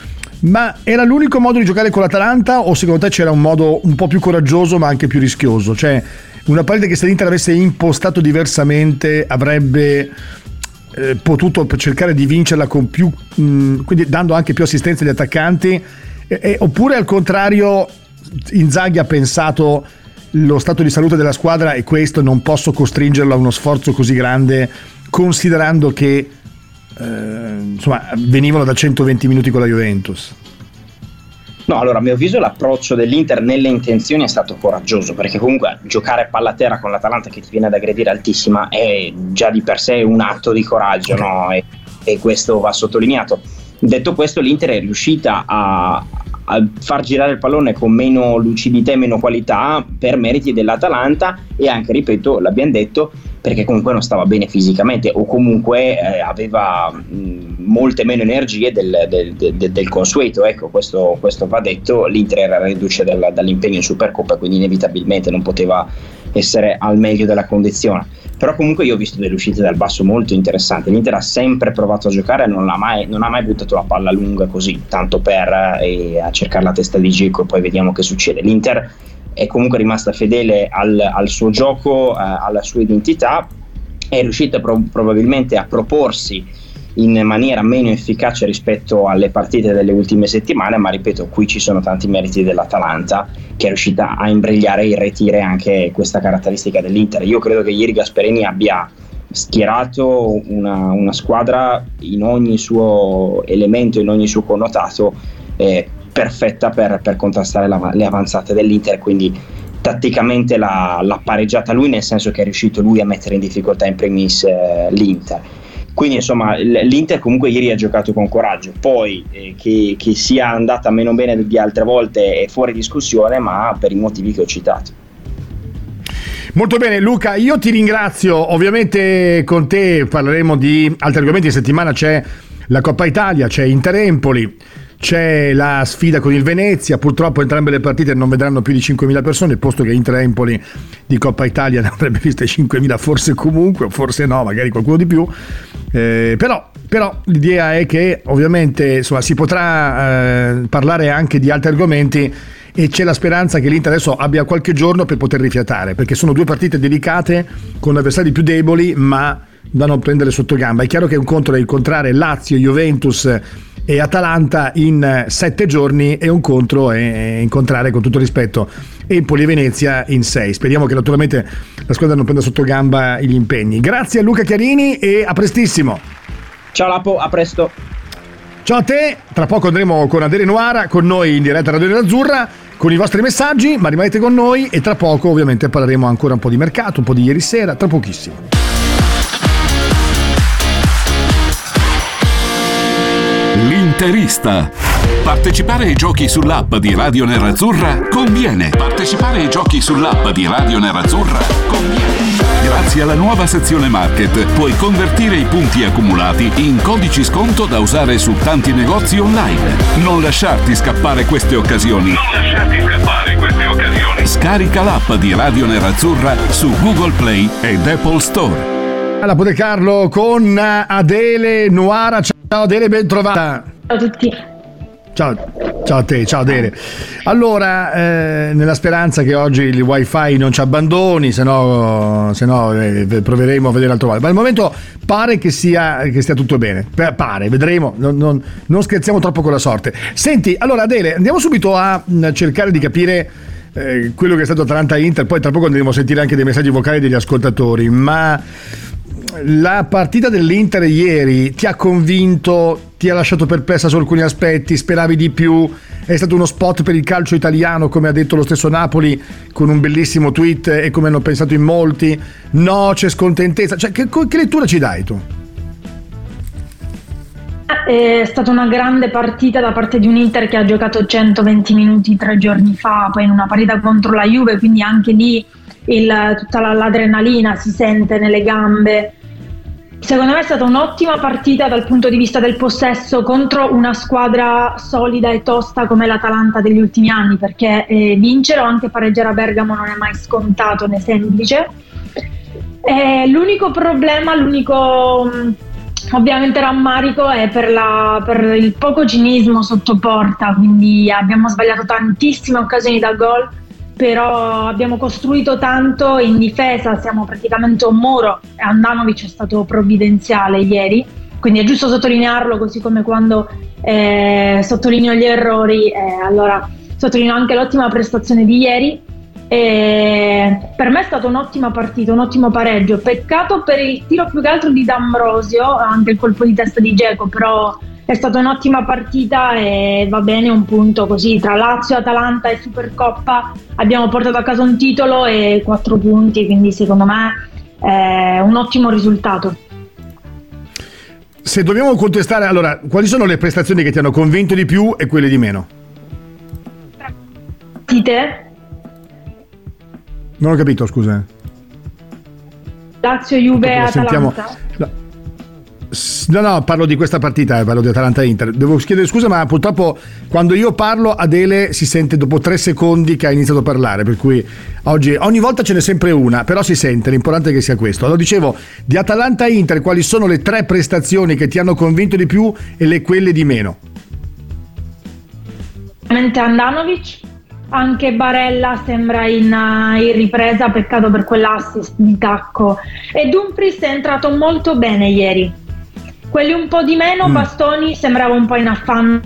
ma era l'unico modo di giocare con l'Atalanta, o secondo te c'era un modo un po' più coraggioso ma anche più rischioso? Cioè una partita che se l'Inter avesse impostato diversamente avrebbe Eh, potuto cercare di vincerla con più, mh, quindi dando anche più assistenza agli attaccanti, eh, eh, oppure al contrario Inzaghi ha pensato lo stato di salute della squadra e questo non posso costringerlo a uno sforzo così grande, considerando che eh, insomma venivano da centoventi minuti con la Juventus? No, allora a mio avviso l'approccio dell'Inter nelle intenzioni è stato coraggioso, perché comunque giocare palla a terra con l'Atalanta che ti viene ad aggredire altissima è già di per sé un atto di coraggio, no? E, e questo va sottolineato. Detto questo, l'Inter è riuscita a, a far girare il pallone con meno lucidità e meno qualità per meriti dell'Atalanta, e anche, ripeto, l'abbiamo detto, perché comunque non stava bene fisicamente, o comunque eh, aveva mh, molte meno energie del, del, del, del consueto, ecco, questo, questo va detto. L'Inter era reduce dal, dall'impegno in Supercoppa, quindi inevitabilmente non poteva essere al meglio della condizione, però comunque io ho visto delle uscite dal basso molto interessanti. L'Inter ha sempre provato a giocare e non, mai, non ha mai buttato la palla lunga così, tanto per eh, a cercare la testa di Dzeko e poi vediamo che succede. L'Inter è comunque rimasta fedele al, al suo gioco, eh, alla sua identità, è riuscita pro- probabilmente a proporsi in maniera meno efficace rispetto alle partite delle ultime settimane, ma ripeto, qui ci sono tanti meriti dell'Atalanta, che è riuscita a imbrigliare e irretire anche questa caratteristica dell'Inter. Io credo che ieri Gasperini abbia schierato una, una squadra in ogni suo elemento, in ogni suo connotato, eh, perfetta per, per contrastare la, le avanzate dell'Inter, quindi tatticamente l'ha, l'ha pareggiata lui, nel senso che è riuscito lui a mettere in difficoltà in primis eh, l'Inter. Quindi insomma l'Inter comunque ieri ha giocato con coraggio, poi eh, che, che sia andata meno bene di altre volte è fuori discussione, ma per i motivi che ho citato. Molto bene Luca, io ti ringrazio, ovviamente con te parleremo di altri argomenti. In settimana c'è la Coppa Italia, c'è Inter-Empoli, c'è la sfida con il Venezia. Purtroppo entrambe le partite non vedranno più di cinquemila persone, posto che Inter-Empoli di Coppa Italia ne avrebbe viste cinquemila forse comunque, forse no, magari qualcuno di più, eh, però, però l'idea è che ovviamente insomma, si potrà eh, parlare anche di altri argomenti, e c'è la speranza che l'Inter adesso abbia qualche giorno per poter rifiatare, perché sono due partite delicate con avversari più deboli, ma da non prendere sotto gamba. È chiaro che un conto è incontrare Lazio, Juventus e Atalanta in sette giorni, e un contro è incontrare, con tutto rispetto, Empoli e Venezia in sei. Speriamo che naturalmente la squadra non prenda sotto gamba gli impegni. Grazie a Luca Chiarini e a prestissimo. Ciao Lapo, a presto. Ciao a te, tra poco andremo con Adele Nuara, con noi in diretta Radio Nerazzurra, con i vostri messaggi, ma rimanete con noi e tra poco ovviamente parleremo ancora un po' di mercato, un po' di ieri sera, tra pochissimo. L'interista. Partecipare ai giochi sull'app di Radio Nerazzurra conviene. Partecipare ai giochi sull'app di Radio Nerazzurra conviene. Grazie alla nuova sezione Market puoi convertire i punti accumulati in codici sconto da usare su tanti negozi online. Non lasciarti scappare queste occasioni. Non lasciarti scappare queste occasioni. Scarica l'app di Radio Nerazzurra su Google Play ed Apple Store. Alla Pote Carlo con Adele Nuara. Ciao Adele, ben trovata. Ciao a tutti. Ciao, ciao a te, ciao Adele. Allora, eh, nella speranza che oggi il wifi non ci abbandoni, se no, se no eh, proveremo a vedere altro modo. Ma al momento pare che sia, che stia tutto bene. Pare, vedremo, non, non, non scherziamo troppo con la sorte. Senti, allora Adele, andiamo subito a cercare di capire eh, quello che è stato Atalanta-Inter, poi tra poco andremo a sentire anche dei messaggi vocali degli ascoltatori, ma la partita dell'Inter ieri ti ha convinto, ti ha lasciato perplessa su alcuni aspetti, speravi di più? È stato uno spot per il calcio italiano, come ha detto lo stesso Napoli con un bellissimo tweet e come hanno pensato in molti? No, c'è scontentezza, cioè, che, che lettura ci dai tu? È stata una grande partita da parte di un Inter che ha giocato centoventi minuti tre giorni fa, poi in una partita contro la Juve, quindi anche lì il, tutta la, l'adrenalina si sente nelle gambe. Secondo me è stata un'ottima partita dal punto di vista del possesso contro una squadra solida e tosta come l'Atalanta degli ultimi anni, perché eh, vincere o anche pareggiare a Bergamo non è mai scontato né semplice. Eh, l'unico problema, l'unico mh, ovviamente rammarico è per, la, per il poco cinismo sotto porta, quindi abbiamo sbagliato tantissime occasioni da gol, però abbiamo costruito tanto in difesa, siamo praticamente un muro. Andanovic è stato provvidenziale ieri, quindi è giusto sottolinearlo, così come quando eh, sottolineo gli errori, eh, allora sottolineo anche l'ottima prestazione di ieri. E per me è stata un'ottima partita, un ottimo pareggio. Peccato per il tiro più che altro di D'Ambrosio, anche il colpo di testa di Dzeko, però è stata un'ottima partita e va bene un punto così. Tra Lazio, Atalanta e Supercoppa abbiamo portato a casa un titolo e quattro punti, quindi secondo me è un ottimo risultato. Se dobbiamo contestare, allora, quali sono le prestazioni che ti hanno convinto di più e quelle di meno? Partite? Non ho capito, scusa. Lazio, Juve e Atalanta. La... No, no, parlo di questa partita, parlo di Atalanta-Inter. Devo chiedere scusa, ma purtroppo quando io parlo Adele si sente dopo tre secondi che ha iniziato a parlare, per cui oggi ogni volta ce n'è sempre una, però si sente, l'importante è che sia questo. Allora dicevo, di Atalanta-Inter quali sono le tre prestazioni che ti hanno convinto di più e le quelle di meno? Andanovic, anche Barella sembra in, in ripresa, peccato per quell'assist di tacco, e Dumfries è entrato molto bene ieri. Quelli un po' di meno, mm. Bastoni sembrava un po' in affanno,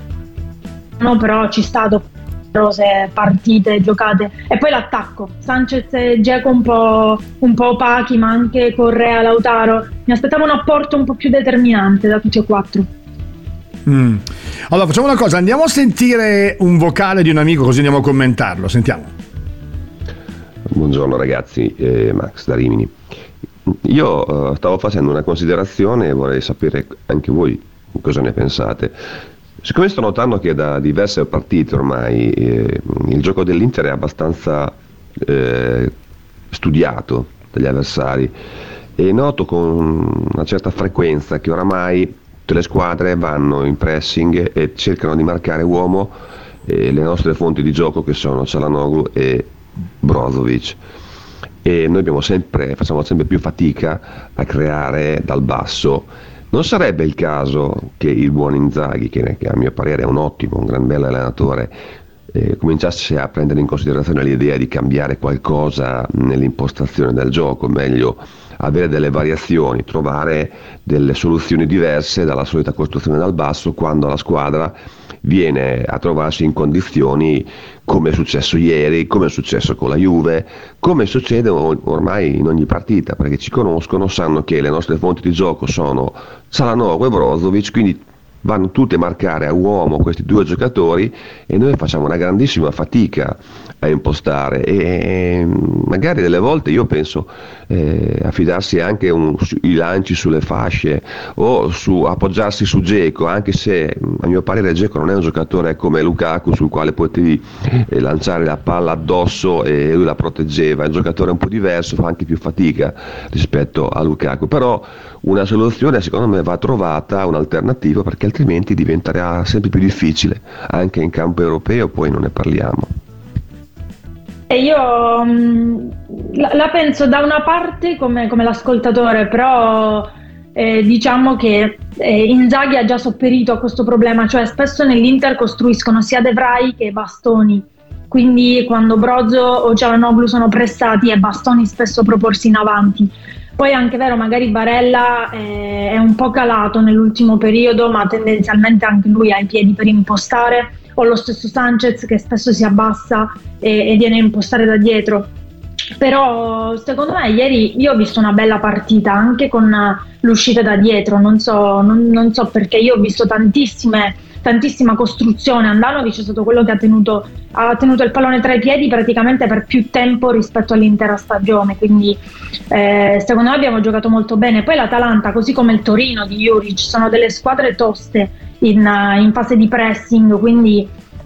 no, però ci sta dopo numerose partite giocate. E poi l'attacco, Sanchez e Dzeko un po', un po' opachi, ma anche Correa, Lautaro. Mi aspettavo un apporto un po' più determinante da tutti e quattro. Mm. Allora facciamo una cosa, andiamo a sentire un vocale di un amico così andiamo a commentarlo, sentiamo. Buongiorno ragazzi, eh, Max da Rimini. Io uh, stavo facendo una considerazione e vorrei sapere anche voi cosa ne pensate. Siccome sto notando che da diverse partite ormai eh, il gioco dell'Inter è abbastanza eh, studiato dagli avversari e noto con una certa frequenza che oramai tutte le squadre vanno in pressing e cercano di marcare uomo, e le nostre fonti di gioco che sono Çalhanoğlu e Brozovic, e noi abbiamo sempre, facciamo sempre più fatica a creare dal basso. Non sarebbe il caso che il buon Inzaghi, che, che a mio parere è un ottimo, un gran bel allenatore, eh, cominciasse a prendere in considerazione l'idea di cambiare qualcosa nell'impostazione del gioco, meglio avere delle variazioni, trovare delle soluzioni diverse dalla solita costruzione dal basso quando la squadra viene a trovarsi in condizioni come è successo ieri, come è successo con la Juve, come succede ormai in ogni partita, perché ci conoscono, sanno che le nostre fonti di gioco sono Çalhanoğlu e Brozovic, quindi vanno tutti a marcare a uomo questi due giocatori e noi facciamo una grandissima fatica a impostare, e magari delle volte io penso eh, a fidarsi anche un, i lanci sulle fasce o su appoggiarsi su Dzeko, anche se a mio parere Dzeko non è un giocatore come Lukaku sul quale potevi eh, lanciare la palla addosso e lui la proteggeva, è un giocatore un po' diverso, fa anche più fatica rispetto a Lukaku, però una soluzione secondo me va trovata, un'alternativa, perché altrimenti diventerà sempre più difficile anche in campo europeo, poi non ne parliamo. E io mh, la, la penso da una parte come, come l'ascoltatore, però eh, diciamo che eh, Inzaghi ha già sopperito a questo problema, cioè spesso nell'Inter costruiscono sia De Vrij che Bastoni, quindi quando Brozo o Çalhanoğlu sono pressati è Bastoni spesso proporsi in avanti. Poi è anche vero, magari Barella eh, è un po' calato nell'ultimo periodo, ma tendenzialmente anche lui ha i piedi per impostare, o lo stesso Sanchez che spesso si abbassa e, e viene a impostare da dietro. Però secondo me ieri io ho visto una bella partita anche con l'uscita da dietro, non so, non, non so perché io ho visto tantissime, tantissima costruzione. Andanovic è stato quello che ha tenuto, ha tenuto il pallone tra i piedi praticamente per più tempo rispetto all'intera stagione, quindi eh, secondo me abbiamo giocato molto bene. Poi l'Atalanta, così come il Torino di Juric, sono delle squadre toste in, in fase di pressing, quindi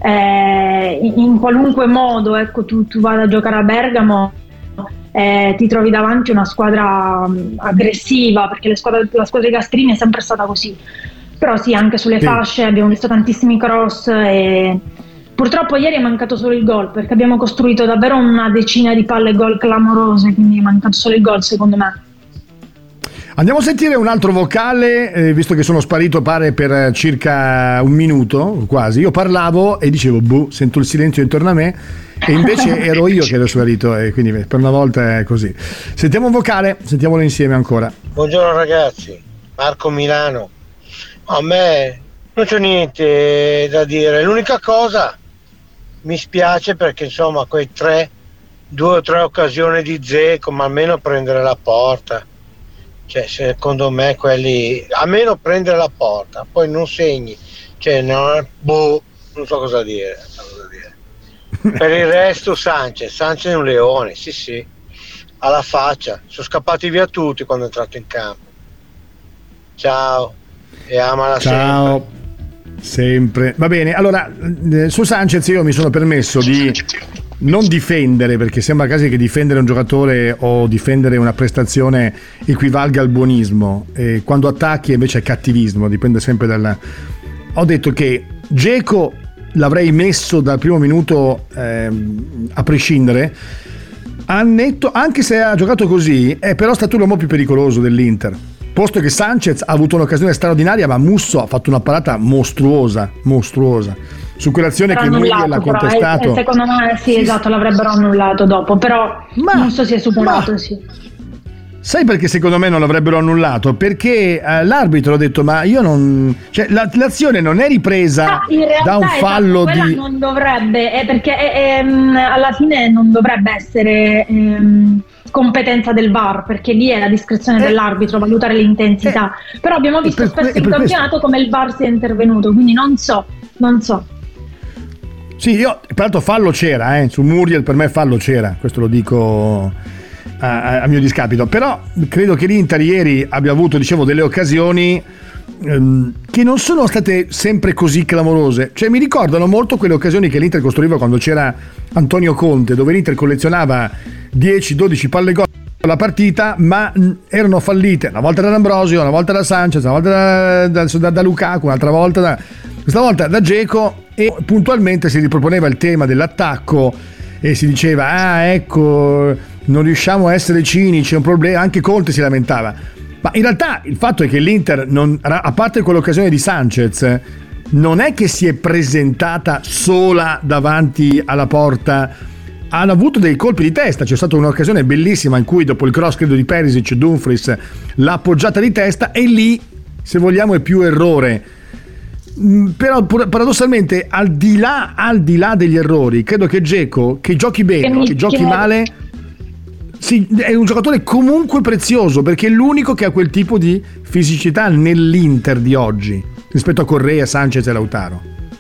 eh, in, in qualunque modo ecco, tu, tu vada a giocare a Bergamo eh, ti trovi davanti una squadra um, aggressiva, perché le squadre, la squadra di Gastrini è sempre stata così. Però sì, anche sulle sì. fasce abbiamo visto tantissimi cross e purtroppo ieri è mancato solo il gol, perché abbiamo costruito davvero una decina di palle gol clamorose, quindi è mancato solo il gol secondo me. Andiamo a sentire un altro vocale, eh, visto che sono sparito pare per circa un minuto quasi. Io parlavo e dicevo boh, sento il silenzio intorno a me e invece ero io che ero sparito, e quindi per una volta è così. Sentiamo un vocale, sentiamolo insieme ancora. Buongiorno ragazzi, Marco Milano. A me non c'è niente da dire, l'unica cosa mi spiace perché insomma quei tre, due o tre occasioni di Dzeko, ma almeno prendere la porta, cioè secondo me quelli, almeno prendere la porta, poi non segni, cioè no, boh, non so cosa dire, non so cosa dire. Per il resto Sanchez, Sanchez è un leone, sì sì, alla faccia, sono scappati via tutti quando è entrato in campo. Ciao. E amala ciao sempre. sempre va bene, allora su Sanchez io mi sono permesso di non difendere, perché sembra quasi che difendere un giocatore o difendere una prestazione equivalga al buonismo, e quando attacchi invece è cattivismo, dipende sempre dal... Ho detto che Dzeko l'avrei messo dal primo minuto ehm, a prescindere, a netto, anche se ha giocato così, è però stato l'uomo più pericoloso dell'Inter, posto che Sanchez ha avuto un'occasione straordinaria, ma Musso ha fatto una parata mostruosa, mostruosa. Su quell'azione che Muriel l'ha contestato. Però, eh, secondo me sì, esatto, l'avrebbero annullato dopo, però ma, Musso si è superato, ma, sì. Sai perché secondo me non l'avrebbero annullato? Perché eh, l'arbitro ha detto ma io non... Cioè la, l'azione non è ripresa ah, da un fallo esatto, di... non dovrebbe, eh, perché eh, ehm, alla fine non dovrebbe essere... Ehm, competenza del V A R, perché lì è la discrezione eh, dell'arbitro valutare l'intensità, eh, però abbiamo visto per, spesso in campionato questo. Come il V A R sia intervenuto, quindi non so, non so. Sì, io peraltro fallo c'era, eh, su Muriel per me fallo c'era, questo lo dico a, a mio discapito, però credo che l'Inter ieri abbia avuto, dicevo, delle occasioni ehm, che non sono state sempre così clamorose, cioè mi ricordano molto quelle occasioni che l'Inter costruiva quando c'era Antonio Conte, dove l'Inter collezionava dieci dodici palle gol alla partita, ma erano fallite una volta da D'Ambrosio, una volta da Sanchez, una volta da, da, da, da Lukaku, un'altra volta da, questa volta da Dzeko, e puntualmente si riproponeva il tema dell'attacco e si diceva ah ecco non riusciamo a essere cinici, è un problema, anche Conte si lamentava, ma in realtà il fatto è che l'Inter non, a parte quell'occasione di Sanchez, non è che si è presentata sola davanti alla porta, hanno avuto dei colpi di testa, c'è stata un'occasione bellissima in cui dopo il cross credo di Perisic, Dumfries l'ha appoggiata di testa, e lì se vogliamo è più errore, però paradossalmente al di là, al di là degli errori credo che Dzeko, che giochi bene o che giochi male, sì, è un giocatore comunque prezioso, perché è l'unico che ha quel tipo di fisicità nell'Inter di oggi rispetto a Correa, Sanchez e Lautaro.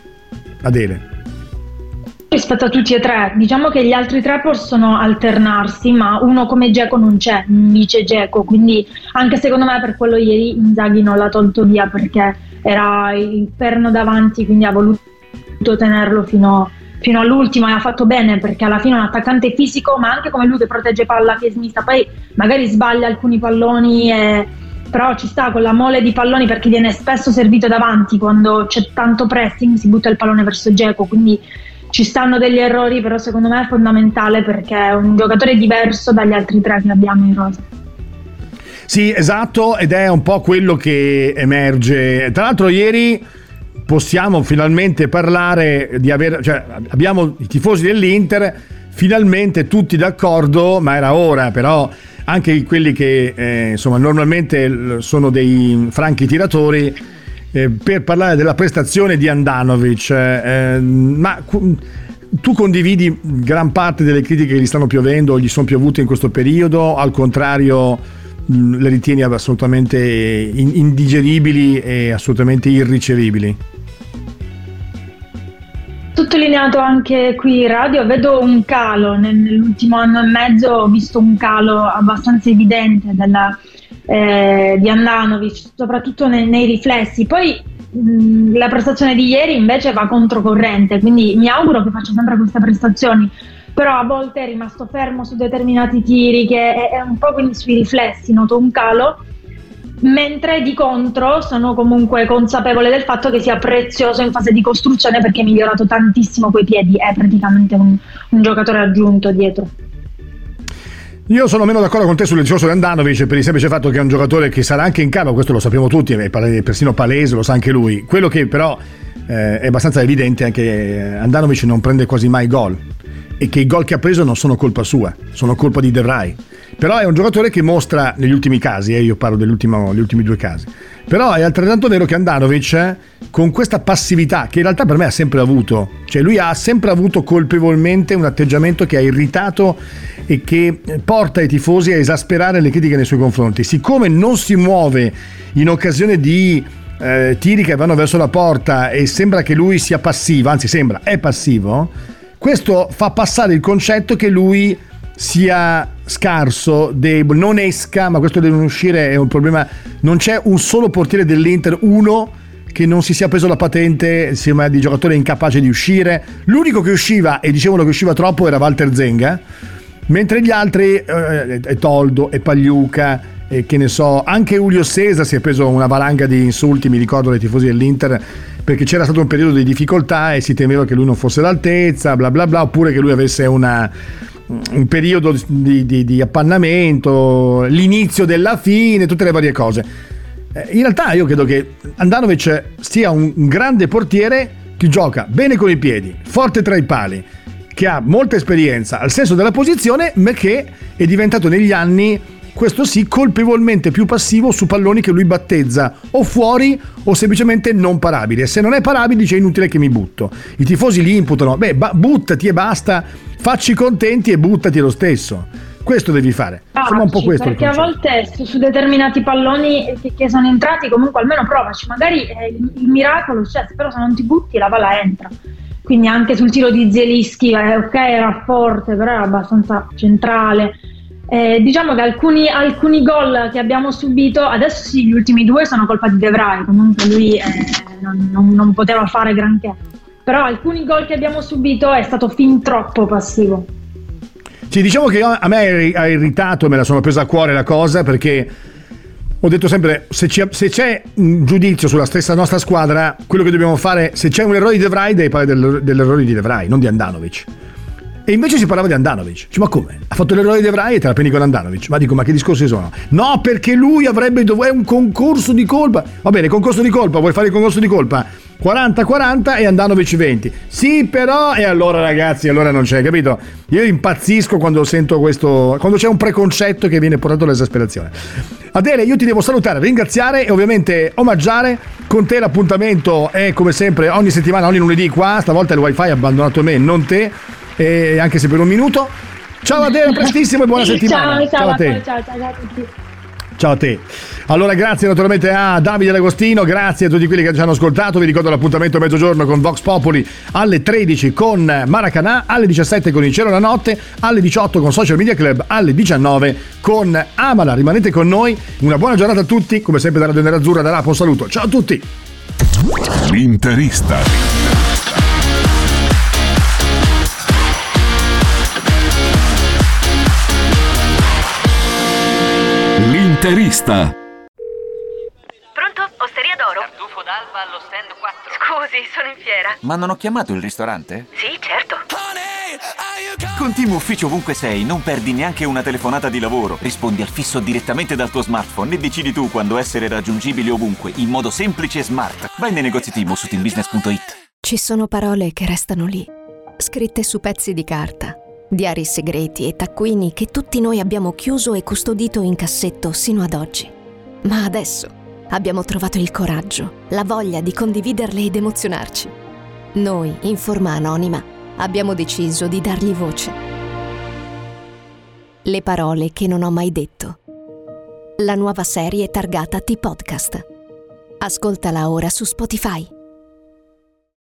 Adele. Rispetto a tutti e tre, diciamo che gli altri tre possono alternarsi, ma uno come Dzeko non c'è, vice Dzeko, quindi anche secondo me per quello ieri Inzaghi non l'ha tolto via, perché era il perno davanti, quindi ha voluto tenerlo fino, fino all'ultimo, e ha fatto bene, perché alla fine è un attaccante fisico, ma anche come lui che protegge palla, che smista, poi magari sbaglia alcuni palloni, e... però ci sta con la mole di palloni, perché viene spesso servito davanti quando c'è tanto pressing, si butta il pallone verso Dzeko, quindi ci stanno degli errori, però secondo me è fondamentale perché è un giocatore diverso dagli altri tre che abbiamo in rosa. Sì, esatto, ed è un po' quello che emerge. Tra l'altro ieri possiamo finalmente parlare di aver, cioè abbiamo i tifosi dell'Inter finalmente tutti d'accordo, ma era ora, però anche quelli che eh, insomma normalmente sono dei franchi tiratori, Eh, per parlare della prestazione di Handanovic, eh, ma cu- tu condividi gran parte delle critiche che gli stanno piovendo o gli sono piovute in questo periodo, al contrario mh, le ritieni assolutamente in- indigeribili e assolutamente irricevibili? Sottolineato anche qui in radio, vedo un calo nell'ultimo anno e mezzo, ho visto un calo abbastanza evidente della Eh, di Handanovic, soprattutto nei, nei riflessi. Poi mh, la prestazione di ieri invece va controcorrente, quindi mi auguro che faccia sempre queste prestazioni, però a volte è rimasto fermo su determinati tiri, che è, è un po', quindi sui riflessi noto un calo, mentre di contro sono comunque consapevole del fatto che sia prezioso in fase di costruzione, perché è migliorato tantissimo coi piedi, è praticamente un, un giocatore aggiunto dietro. Io sono meno d'accordo con te sul discorso di Handanovic, per il semplice fatto che è un giocatore che sarà anche in calo, questo lo sappiamo tutti, è persino palese, lo sa anche lui. Quello che però eh, è abbastanza evidente è che Handanovic non prende quasi mai gol, e che i gol che ha preso non sono colpa sua, sono colpa di De Vrij. Però è un giocatore che mostra negli ultimi casi, eh, io parlo degli ultimi due casi, però è altrettanto vero che Handanovic eh, con questa passività che in realtà per me ha sempre avuto, cioè lui ha sempre avuto colpevolmente un atteggiamento che ha irritato e che porta i tifosi a esasperare le critiche nei suoi confronti. Siccome non si muove in occasione di eh, tiri che vanno verso la porta e sembra che lui sia passivo, anzi sembra, è passivo, questo fa passare il concetto che lui sia scarso, debole, non esca, ma questo deve uscire, è un problema. Non c'è un solo portiere dell'Inter, uno che non si sia preso la patente insieme a di giocatore incapace di uscire. L'unico che usciva, e dicevano che usciva troppo, era Walter Zenga, mentre gli altri, eh, e Toldo e Pagliuca, e che ne so, anche Julio Cesar si è preso una valanga di insulti, mi ricordo, dai tifosi dell'Inter, perché c'era stato un periodo di difficoltà e si temeva che lui non fosse all'altezza, bla bla bla, oppure che lui avesse una, un periodo di, di, di appannamento, l'inizio della fine, tutte le varie cose. In realtà io credo che Handanovic sia un, un grande portiere che gioca bene con i piedi, forte tra i pali, che ha molta esperienza al senso della posizione, ma che è diventato negli anni, questo sì, colpevolmente più passivo su palloni che lui battezza o fuori o semplicemente non parabili. E se non è parabile dice: è inutile che mi butto. I tifosi gli imputano: beh, ba- buttati e basta, facci contenti e buttati lo stesso. Questo devi fare. Ah, Insomma, un po' questo. Perché a volte su, su determinati palloni che, che sono entrati, comunque almeno provaci. Magari eh, il, il miracolo c'è, però se non ti butti la palla entra. Quindi anche sul tiro di Zielinski, eh, ok, era forte, però era abbastanza centrale. Eh, diciamo che alcuni, alcuni gol che abbiamo subito, adesso sì, gli ultimi due sono colpa di De Vrij, comunque lui eh, non, non, non poteva fare granché, però alcuni gol che abbiamo subito è stato fin troppo passivo. Sì, diciamo che a me ha irritato, me la sono presa a cuore la cosa, perché ho detto sempre, se c'è, se c'è un giudizio sulla stessa nostra squadra, quello che dobbiamo fare, se c'è un errore di De Vrij, devi parlare del, dell'errore di De Vrij, non di Handanovic. E invece si parlava di Handanovic. Cioè, ma come? Ha fatto l'errore di De Vrij e te la prendi con Handanovic? Ma dico, ma che discorsi sono? No, perché lui avrebbe dovuto... è un concorso di colpa. Va bene, concorso di colpa, vuoi fare il concorso di colpa? quaranta quaranta e Handanovic venti. Sì, però... E allora ragazzi, allora non c'è, capito? Io impazzisco quando sento questo... quando c'è un preconcetto che viene portato all'esasperazione. Adele, io ti devo salutare, ringraziare e ovviamente omaggiare. Con te l'appuntamento è come sempre ogni settimana, ogni lunedì qua. Stavolta il wifi ha abbandonato me, non te. E anche se per un minuto. Ciao Adele, prestissimo e buona settimana. Ciao, ciao, ciao a te. Ciao, ciao, ciao a tutti. Ciao a te. Allora grazie naturalmente a Davide D'Agostino, grazie a tutti quelli che ci hanno ascoltato. Vi ricordo l'appuntamento a mezzogiorno con Vox Populi, alle tredici con Maracanã, alle diciassette con Il Cielo la Notte, alle diciotto con Social Media Club, alle diciannove con Amala. Rimanete con noi, una buona giornata a tutti, come sempre da Radio Nerazzurra, da Rapa un saluto. Ciao a tutti. L'interista. L'interista. Pronto? Osteria d'Oro? Tartufo d'alba allo stand quattro. Scusi, sono in fiera. Ma non ho chiamato il ristorante? Sì, certo. Con Team Ufficio ovunque sei, non perdi neanche una telefonata di lavoro. Rispondi al fisso direttamente dal tuo smartphone e decidi tu quando essere raggiungibile ovunque, in modo semplice e smart. Vai nei negozi Team o su team business punto it. Ci sono parole che restano lì, scritte su pezzi di carta, diari segreti e taccuini che tutti noi abbiamo chiuso e custodito in cassetto sino ad oggi. Ma adesso abbiamo trovato il coraggio, la voglia di condividerle ed emozionarci. Noi, in forma anonima, abbiamo deciso di dargli voce. Le parole che non ho mai detto. La nuova serie targata T-Podcast. Ascoltala ora su Spotify.